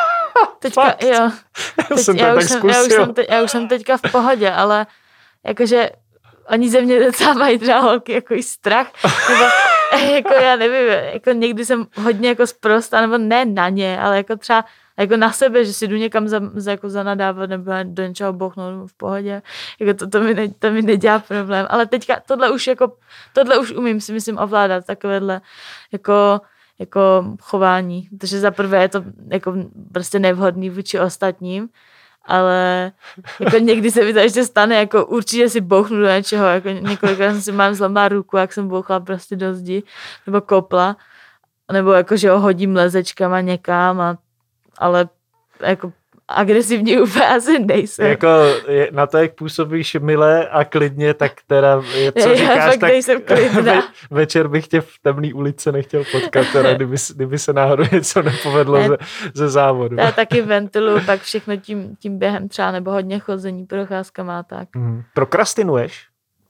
teďka, jo. Teď, jsem já, už jsem, já, už jsem te, já už jsem teďka v pohodě, ale jakože oni ze mě docela mají třeba holky jako i strach, nebo jako já nevím, jako někdy jsem hodně jako sprostá, nebo ne na ně, ale jako třeba jako na sebe, že si jdu někam za, za, jako zanadávat nebo do něčeho bouchnout v pohodě, jako to, to, mi ne, to mi nedělá problém, ale teďka tohle už jako, tohle už umím si myslím ovládat, takovéhle jako jako chování, protože za prvé je to jako prostě nevhodný vůči ostatním, ale jako někdy se mi to ještě stane, jako určitě si bouchnu do něčeho, jako několikrát jsem si mám zlomila ruku, jak jsem bouchla prostě do zdi, nebo kopla, nebo jako, že ho hodím lezečkama někam, a, ale jako agresivní úplně asi nejsem. Jako je, na to, jak působíš milé a klidně, tak teda je, co já říkáš, tak ve, večer bych tě v temné ulici nechtěl potkat, teda, kdyby, kdyby se náhodou něco nepovedlo ne, ze, ze závodu. Já taky ventiluju tak všechno tím, tím během třeba, nebo hodně chození, procházkama a tak. Mm. Prokrastinuješ?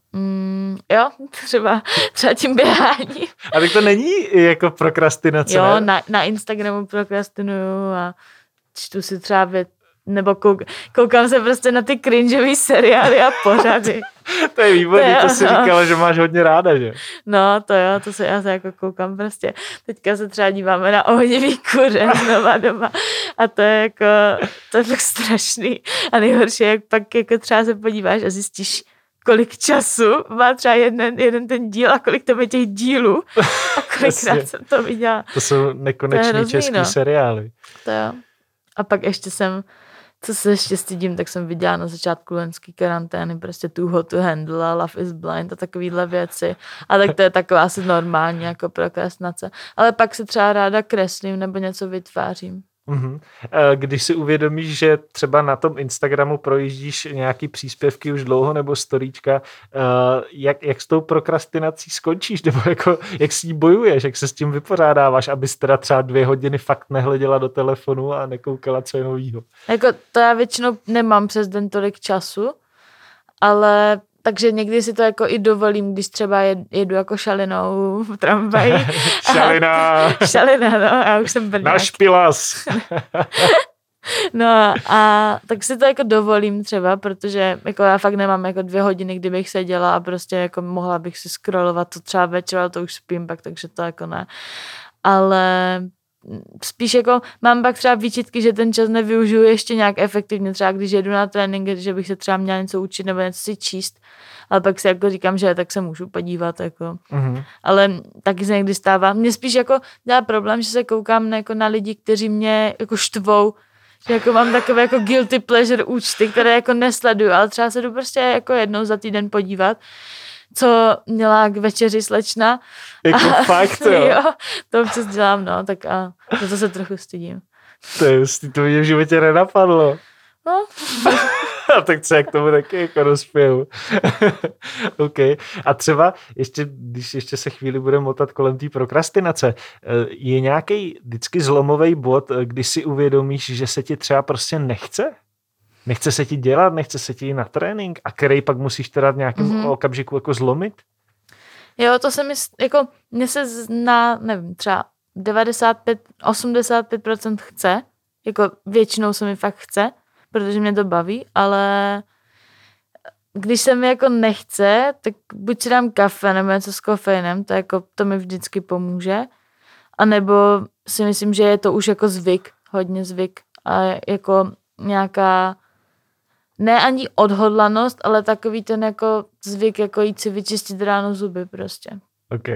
Mm, jo, třeba, třeba tím běháním. A tak to není jako prokrastinace, Jo, ne? na, na Instagramu prokrastinuju a čtu si třeba věc, nebo kouk, koukám se prostě na ty cringeový seriály a pořady. To je výborný, to, to si říkala, že máš hodně ráda, že? No, to jo, to se já se jako koukám prostě. Teďka se třeba díváme na Ohnivý kuře znova doma a to je jako, to je tak strašný. A nejhorší je, jak pak jako třeba se podíváš a zjistíš, kolik času má třeba jeden, jeden ten díl a kolik tam je těch dílů a kolikrát jsem to viděla. To jsou nekonečný to hrozný, český no. seriály. To jo. A pak ještě jsem co se ještě stydím, tak jsem viděla na začátku loňský karantény prostě Too Hot to Handle a Love is Blind a takovýhle věci. A tak to je taková asi normální jako prokrastinace. Ale pak se třeba ráda kreslím nebo něco vytvářím. Uhum. Když si uvědomíš, že třeba na tom Instagramu projíždíš nějaký příspěvky už dlouho nebo storíčka, jak, jak s tou prokrastinací skončíš, nebo jako, jak s ní bojuješ, jak se s tím vypořádáváš, abys teda třeba dvě hodiny fakt nehleděla do telefonu a nekoukala, co je novýho. Jako to já většinou nemám přes den tolik času, ale takže někdy si to jako i dovolím, když třeba jedu jako šalinou v tramvaji. Šalina. Šalina, no, já už jsem brňák. Na špilas. No a tak si to jako dovolím třeba, protože jako já fakt nemám jako dvě hodiny, kdybych seděla a prostě jako mohla bych si scrollovat to třeba večer, ale to už spím pak, takže to jako ne. Ale spíš jako mám pak třeba výčitky, že ten čas nevyužiju ještě nějak efektivně, třeba když jedu na trénink, že bych se třeba měla něco učit nebo něco si číst, ale pak si jako říkám, že tak se můžu podívat, jako. Mm-hmm. Ale taky se někdy stává. Mně spíš jako dělá problém, že se koukám na, jako na lidi, kteří mě jako štvou, že jako mám takové jako guilty pleasure účty, které jako nesleduju, ale třeba se jdu prostě jako jednou za týden podívat, co měla k večeři slečna. Jako a, fakt, jo. jo. To občas dělám, no, tak a to se trochu stydím. To je hustý, to mě v životě nenapadlo. No. A tak co, jak tomu taky jako rozpěju. OK. A třeba, ještě, když ještě se chvíli budeme motat kolem té prokrastinace, je nějaký vždycky zlomový bod, kdy si uvědomíš, že se ti třeba prostě nechce? Nechce se ti dělat, nechce se ti jít na trénink a který pak musíš teda v nějakém mm-hmm. okamžiku jako zlomit? Jo, to se mi, jako, mně se na, nevím, třeba devadesát pět, osmdesát pět procent chce, jako většinou se mi fakt chce, protože mě to baví, ale když se mi jako nechce, tak buď si dám kafe nebo něco s kofeinem, to, jako, to mi vždycky pomůže, anebo si myslím, že je to už jako zvyk, hodně zvyk a jako nějaká ne ani odhodlanost, ale takový ten jako zvyk, jako jít si vyčistit ráno zuby prostě. OK.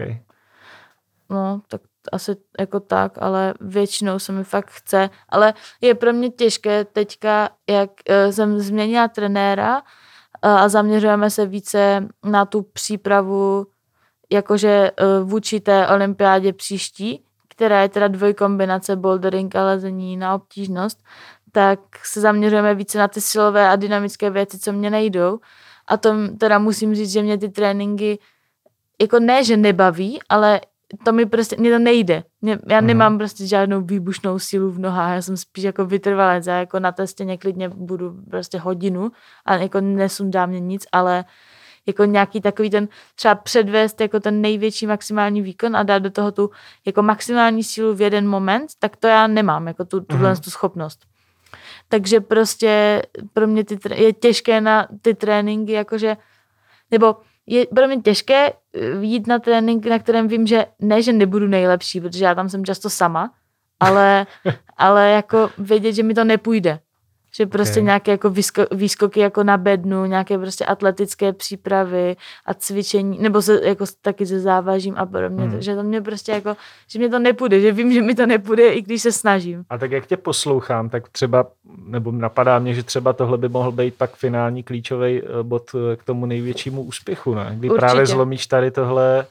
No, tak asi jako tak, ale většinou se mi fakt chce, ale je pro mě těžké teďka, jak jsem změnila trenéra a zaměřujeme se více na tu přípravu jakože vůči té olympiádě příští, která je teda dvojkombinace bouldering a lezení na obtížnost, tak se zaměřujeme více na ty silové a dynamické věci, co mě nejdou. A to teda musím říct, že mě ty tréninky jako ne, že nebaví, ale to mi prostě, mě to nejde. Mě, já mm. nemám prostě žádnou výbušnou sílu v nohách, já jsem spíš jako vytrvalec, já jako na testěně klidně budu prostě hodinu a jako nesundá mě nic, ale jako nějaký takový ten třeba předvést jako ten největší maximální výkon a dát do toho tu jako maximální sílu v jeden moment, tak to já nemám, jako tu, tuhle mm. tu schopnost. Takže prostě pro mě ty, je těžké na ty tréninky, jakože, nebo je pro mě těžké jít na trénink, na kterém vím, že ne, že nebudu nejlepší, protože já tam jsem často sama, ale, ale jako vědět, že mi to nepůjde. Že prostě okay. nějaké jako výsko, výskoky jako na bednu, nějaké prostě atletické přípravy a cvičení, nebo se jako taky se závažím a podobně, hmm. takže to mě prostě jako, že mě to nepůjde, že vím, že mi to nepůjde, i když se snažím. A tak jak tě poslouchám, tak třeba, nebo napadá mě, že třeba tohle by mohl být pak finální klíčový bod k tomu největšímu úspěchu, ne? Kdy Určitě. Právě zlomíš tady tohle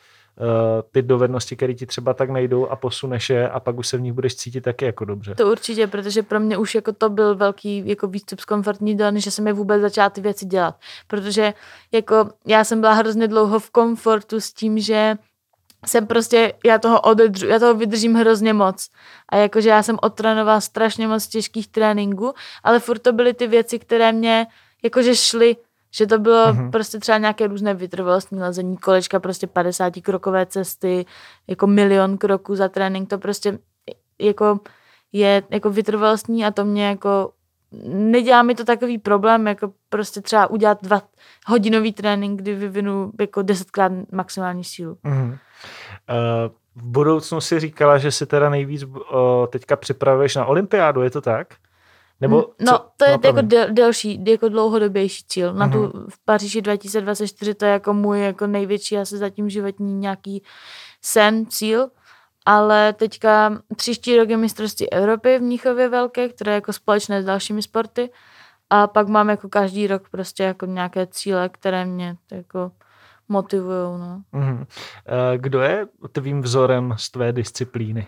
ty dovednosti, které ti třeba tak nejdou a posuneš je a pak už se v nich budeš cítit taky jako dobře. To určitě, protože pro mě už jako to byl velký jako výstup z komfortní zóny, že jsem je vůbec začala ty věci dělat. Protože jako já jsem byla hrozně dlouho v komfortu s tím, že jsem prostě, já toho odedřu, já toho vydržím hrozně moc. A jakože já jsem odtrénovala strašně moc těžkých tréninků, ale furt to byly ty věci, které mě jakože šly. Že to bylo mm-hmm. prostě třeba nějaké různé vytrvalostní lezení, kolečka, prostě padesátikrokové cesty, jako milion kroků za trénink, to prostě jako je jako vytrvalostní a to mě jako nedělá mi to takový problém, jako prostě třeba udělat dva hodinový trénink, kdy vyvinu jako desetkrát maximální sílu. Mm-hmm. Uh, v budoucnu si říkala, že si teda nejvíc uh, teďka připravuješ na olympiádu, je to tak? Nebo no, co? to je no, jako del, delší, jako dlouhodobější cíl. Na uh-huh. tu v Paříži dva tisíce dvacet čtyři to je jako můj jako největší asi zatím životní nějaký sen, cíl. ale teďka příští rok je mistrovství Evropy v Mnichově velké, které je jako společné s dalšími sporty a pak mám jako každý rok prostě jako nějaké cíle, které mě jako motivujou. No. Mm-hmm. Kdo je tvým vzorem z tvé disciplíny?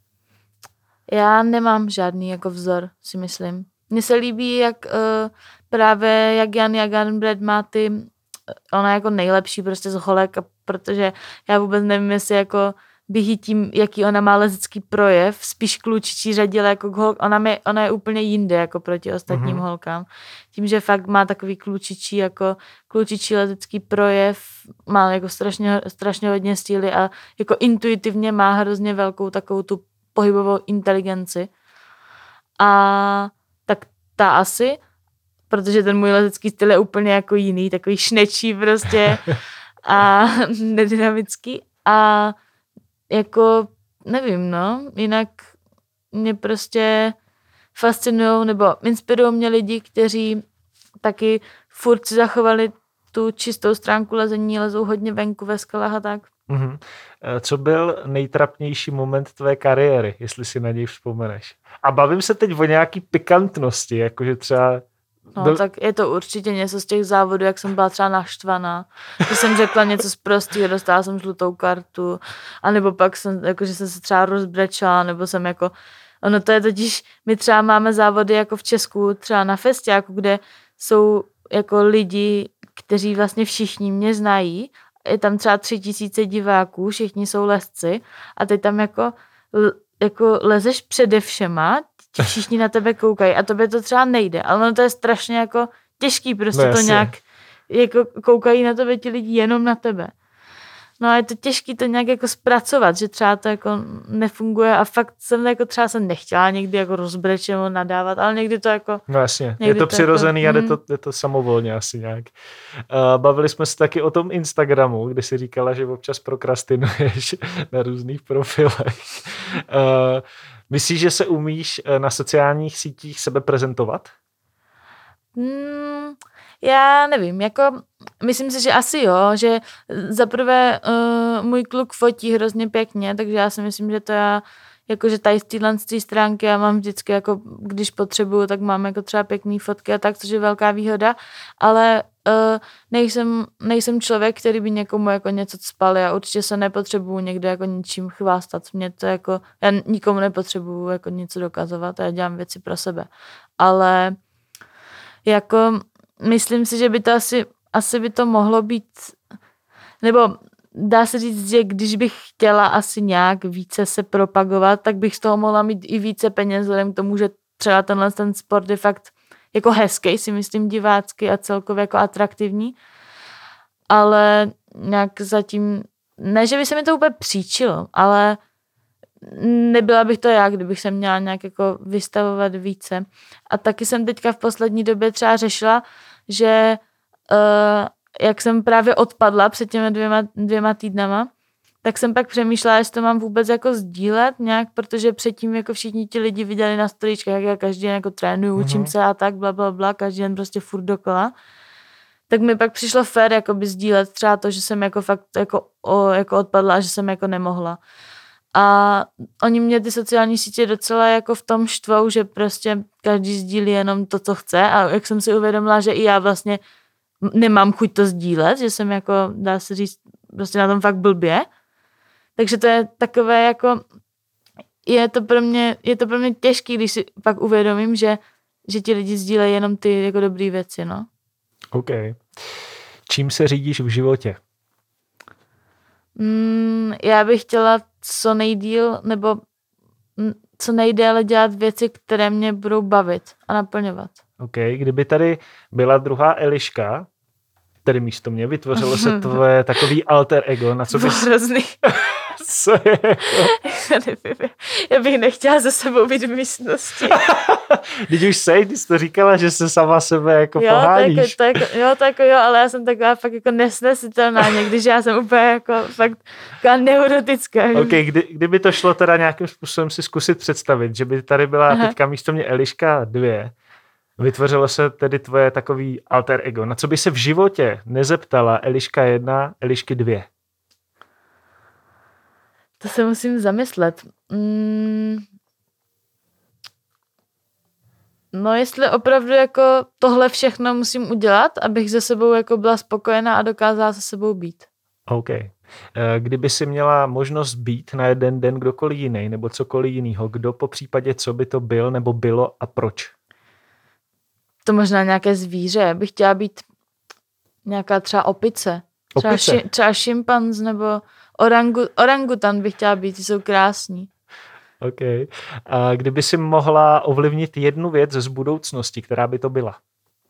Já nemám žádný jako vzor, si myslím. Mně se líbí, jak uh, právě jak Jan Jaganbrad má ty, ona je jako nejlepší prostě z holek, protože já vůbec nevím, jestli jako bych jí tím, jaký ona má lezecký projev, spíš klučičí řadila jako k holk, ona, mě, ona je úplně jinde jako proti ostatním mm-hmm. holkám. Tím, že fakt má takový klučičí jako klučičí lezecký projev, má jako strašně, strašně hodně síly a jako intuitivně má hrozně velkou takovou tu pohybovou inteligenci. A tak ta asi, protože ten můj lezecký styl je úplně jako jiný, takový šnečí prostě a nedynamický a jako nevím, no, jinak mě prostě fascinují nebo inspirují mě lidi, kteří taky furt si zachovali tu čistou stránku lezení, lezou hodně venku ve skalách a tak. Mm-hmm. Co byl nejtrapnější moment tvé kariéry, jestli si na něj vzpomeneš? A bavím se teď o nějaký pikantnosti, jakože třeba... No, byl... tak je to určitě něco z těch závodů, jak jsem byla třeba naštvaná. Že jsem řekla něco z prostého, dostala jsem žlutou kartu, anebo pak jsem, jakože jsem se třeba rozbrečela, nebo jsem jako... Ono to je totiž, my třeba máme závody jako v Česku, třeba na festiáku, kde jsou jako lidi, kteří vlastně všichni mě znají. Je tam třeba tři tisíce diváků, všichni jsou lezci a teď tam jako, jako lezeš přede všema, všichni na tebe koukají a tobě to třeba nejde, ale ono to je strašně jako těžký, prostě no, to nějak jako koukají na tebe ti lidi jenom na tebe. No a je to těžký to nějak jako zpracovat, že třeba to jako nefunguje a fakt jsem jako třeba jsem nechtěla někdy jako rozbrečet nebo nadávat, ale někdy to jako... No jasně, je to, to přirozený jako, a jde to, jde to samovolně asi nějak. Uh, bavili jsme se taky o tom Instagramu, kde si říkala, že občas prokrastinuješ na různých profilech. Uh, myslíš, že se umíš na sociálních sítích sebe prezentovat? Hmm... Já nevím, jako myslím si, že asi jo, že zaprvé uh, můj kluk fotí hrozně pěkně, takže já si myslím, že to já, jakože tady z téhle stránky já mám vždycky, jako když potřebuju, tak mám jako třeba pěkný fotky a tak, což je velká výhoda, ale uh, nejsem, nejsem člověk, který by někomu jako něco cpal, já určitě se nepotřebuju někde jako ničím chvástat, mě to jako, já nikomu nepotřebuju jako něco dokazovat, já dělám věci pro sebe, ale jako myslím si, že by to asi, asi by to mohlo být, nebo dá se říct, že když bych chtěla asi nějak více se propagovat, tak bych z toho mohla mít i více peněz, vzhledem k tomu, že třeba tenhle ten sport je fakt jako hezký, si myslím, divácky a celkově jako atraktivní, ale nějak zatím, ne, že by se mi to úplně příčilo, ale nebyla bych to já, kdybych se měla nějak jako vystavovat více. A taky jsem teďka v poslední době třeba řešila, že uh, jak jsem právě odpadla před těmi dvěma, dvěma týdnama, tak jsem pak přemýšlela, jestli to mám vůbec jako sdílet nějak, protože předtím jako všichni ti lidi viděli na storíčkách, jak já každý den jako trénuju, mm-hmm. učím se a tak, bla, bla, bla, každý den prostě furt dokola. Tak mi pak přišlo fér jakoby sdílet třeba to, že jsem jako fakt jako, o, jako odpadla a že jsem jako nemohla. A oni mě ty sociální sítě docela jako v tom štvou, že prostě každý sdílí jenom to, co chce a jak jsem si uvědomila, že i já vlastně nemám chuť to sdílet, že jsem jako, dá se říct, prostě na tom fakt blbě. Takže to je takové jako, je to pro mě, je to pro mě těžký, když si pak uvědomím, že, že ti lidi sdílejí jenom ty jako dobrý věci, no. OK. Čím se řídíš v životě? Mm, já bych chtěla co nejdýl, nebo co nejdéle dělat věci, které mě budou bavit a naplňovat. OK, kdyby tady byla druhá Eliška, tedy místo mě, vytvořilo se tvoje takový alter ego, na co bys... Hrozný. Co je jako? Já bych nechtěla ze sebou být v místnosti. Když už sej, ty jsi to říkala, že se sama sebe jako jo, poháníš. To jako, to jako, jo, to jako jo, ale já jsem taková fakt jako nesnesitelná někdy, že já jsem úplně jako fakt taková neurotická. OK, kdy, kdyby to šlo teda nějakým způsobem si zkusit představit, že by tady byla Aha. teďka místo mě Eliška dvě, vytvořilo se tedy tvoje takový alter ego. Na co by se v životě nezeptala Eliška jedna, Elišky dvě? To se musím zamyslet. Mm. No jestli opravdu jako tohle všechno musím udělat, abych se sebou jako byla spokojená a dokázala se sebou být. OK. Kdyby si měla možnost být na jeden den kdokoliv jiný nebo cokoliv jinýho, kdo po případě co by to byl nebo bylo a proč? To možná nějaké zvíře. Bych chtěla být nějaká třeba opice. Třeba, Opice? ši, třeba šimpanz nebo orangu, orangutan bych chtěla být. Ty jsou krásní. OK. A kdyby si mohla ovlivnit jednu věc z budoucnosti, která by to byla?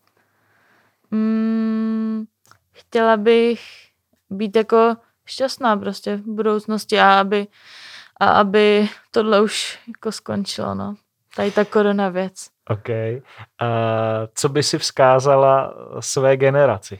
Mm, chtěla bych být jako šťastná prostě v budoucnosti a aby, a aby tohle už jako skončilo, no. Tady ta korona věc. OK. A co by si vzkázala své generaci?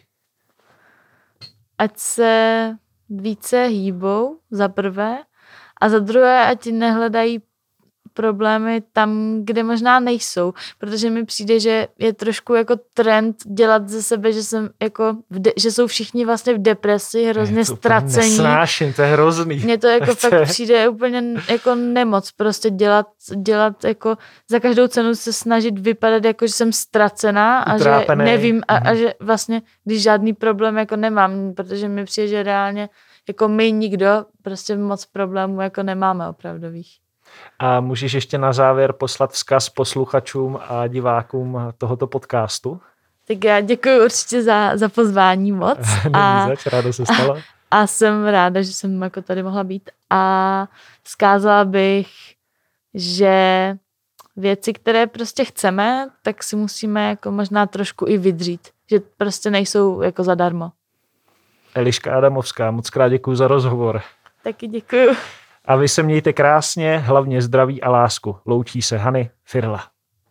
Ať se více hýbou, za prvé, a za druhé, ať nehledají problémy tam, kde možná nejsou, protože mi přijde, že je trošku jako trend dělat ze sebe, že jsem jako, v de- že jsou všichni vlastně v depresi, hrozně ztracení. Nesnáším, to je hrozný. Mně to jako fakt přijde úplně jako nemoc, prostě dělat, dělat jako za každou cenu se snažit vypadat jako, že jsem ztracená a Utrápený. že nevím a, Mhm. a že vlastně, když žádný problém jako nemám, protože mi přijde, že reálně jako my nikdo prostě moc problémů jako nemáme opravdových. A můžeš ještě na závěr poslat vzkaz posluchačům a divákům tohoto podcastu? Tak já děkuji určitě za, za pozvání moc. a, Není zač, ráda se stala. a jsem ráda, že jsem jako tady mohla být. A vzkázala bych, že věci, které prostě chceme, tak si musíme jako možná trošku i vydřít. Že prostě nejsou jako zadarmo. Eliška Adamovská, moc krát děkuji za rozhovor. Taky děkuju. A vy se mějte krásně, hlavně zdraví a lásku. Loučí se Hany Firla.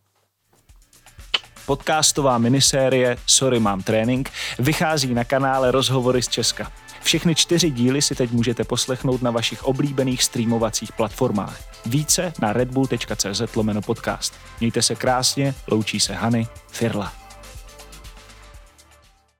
Podcastová minisérie Sorry, mám trénink vychází na kanále Rozhovory z Česka. Všechny čtyři díly si teď můžete poslechnout na vašich oblíbených streamovacích platformách. Více na redbull tečka cz lomeno podcast. Mějte se krásně, loučí se Hany Firla.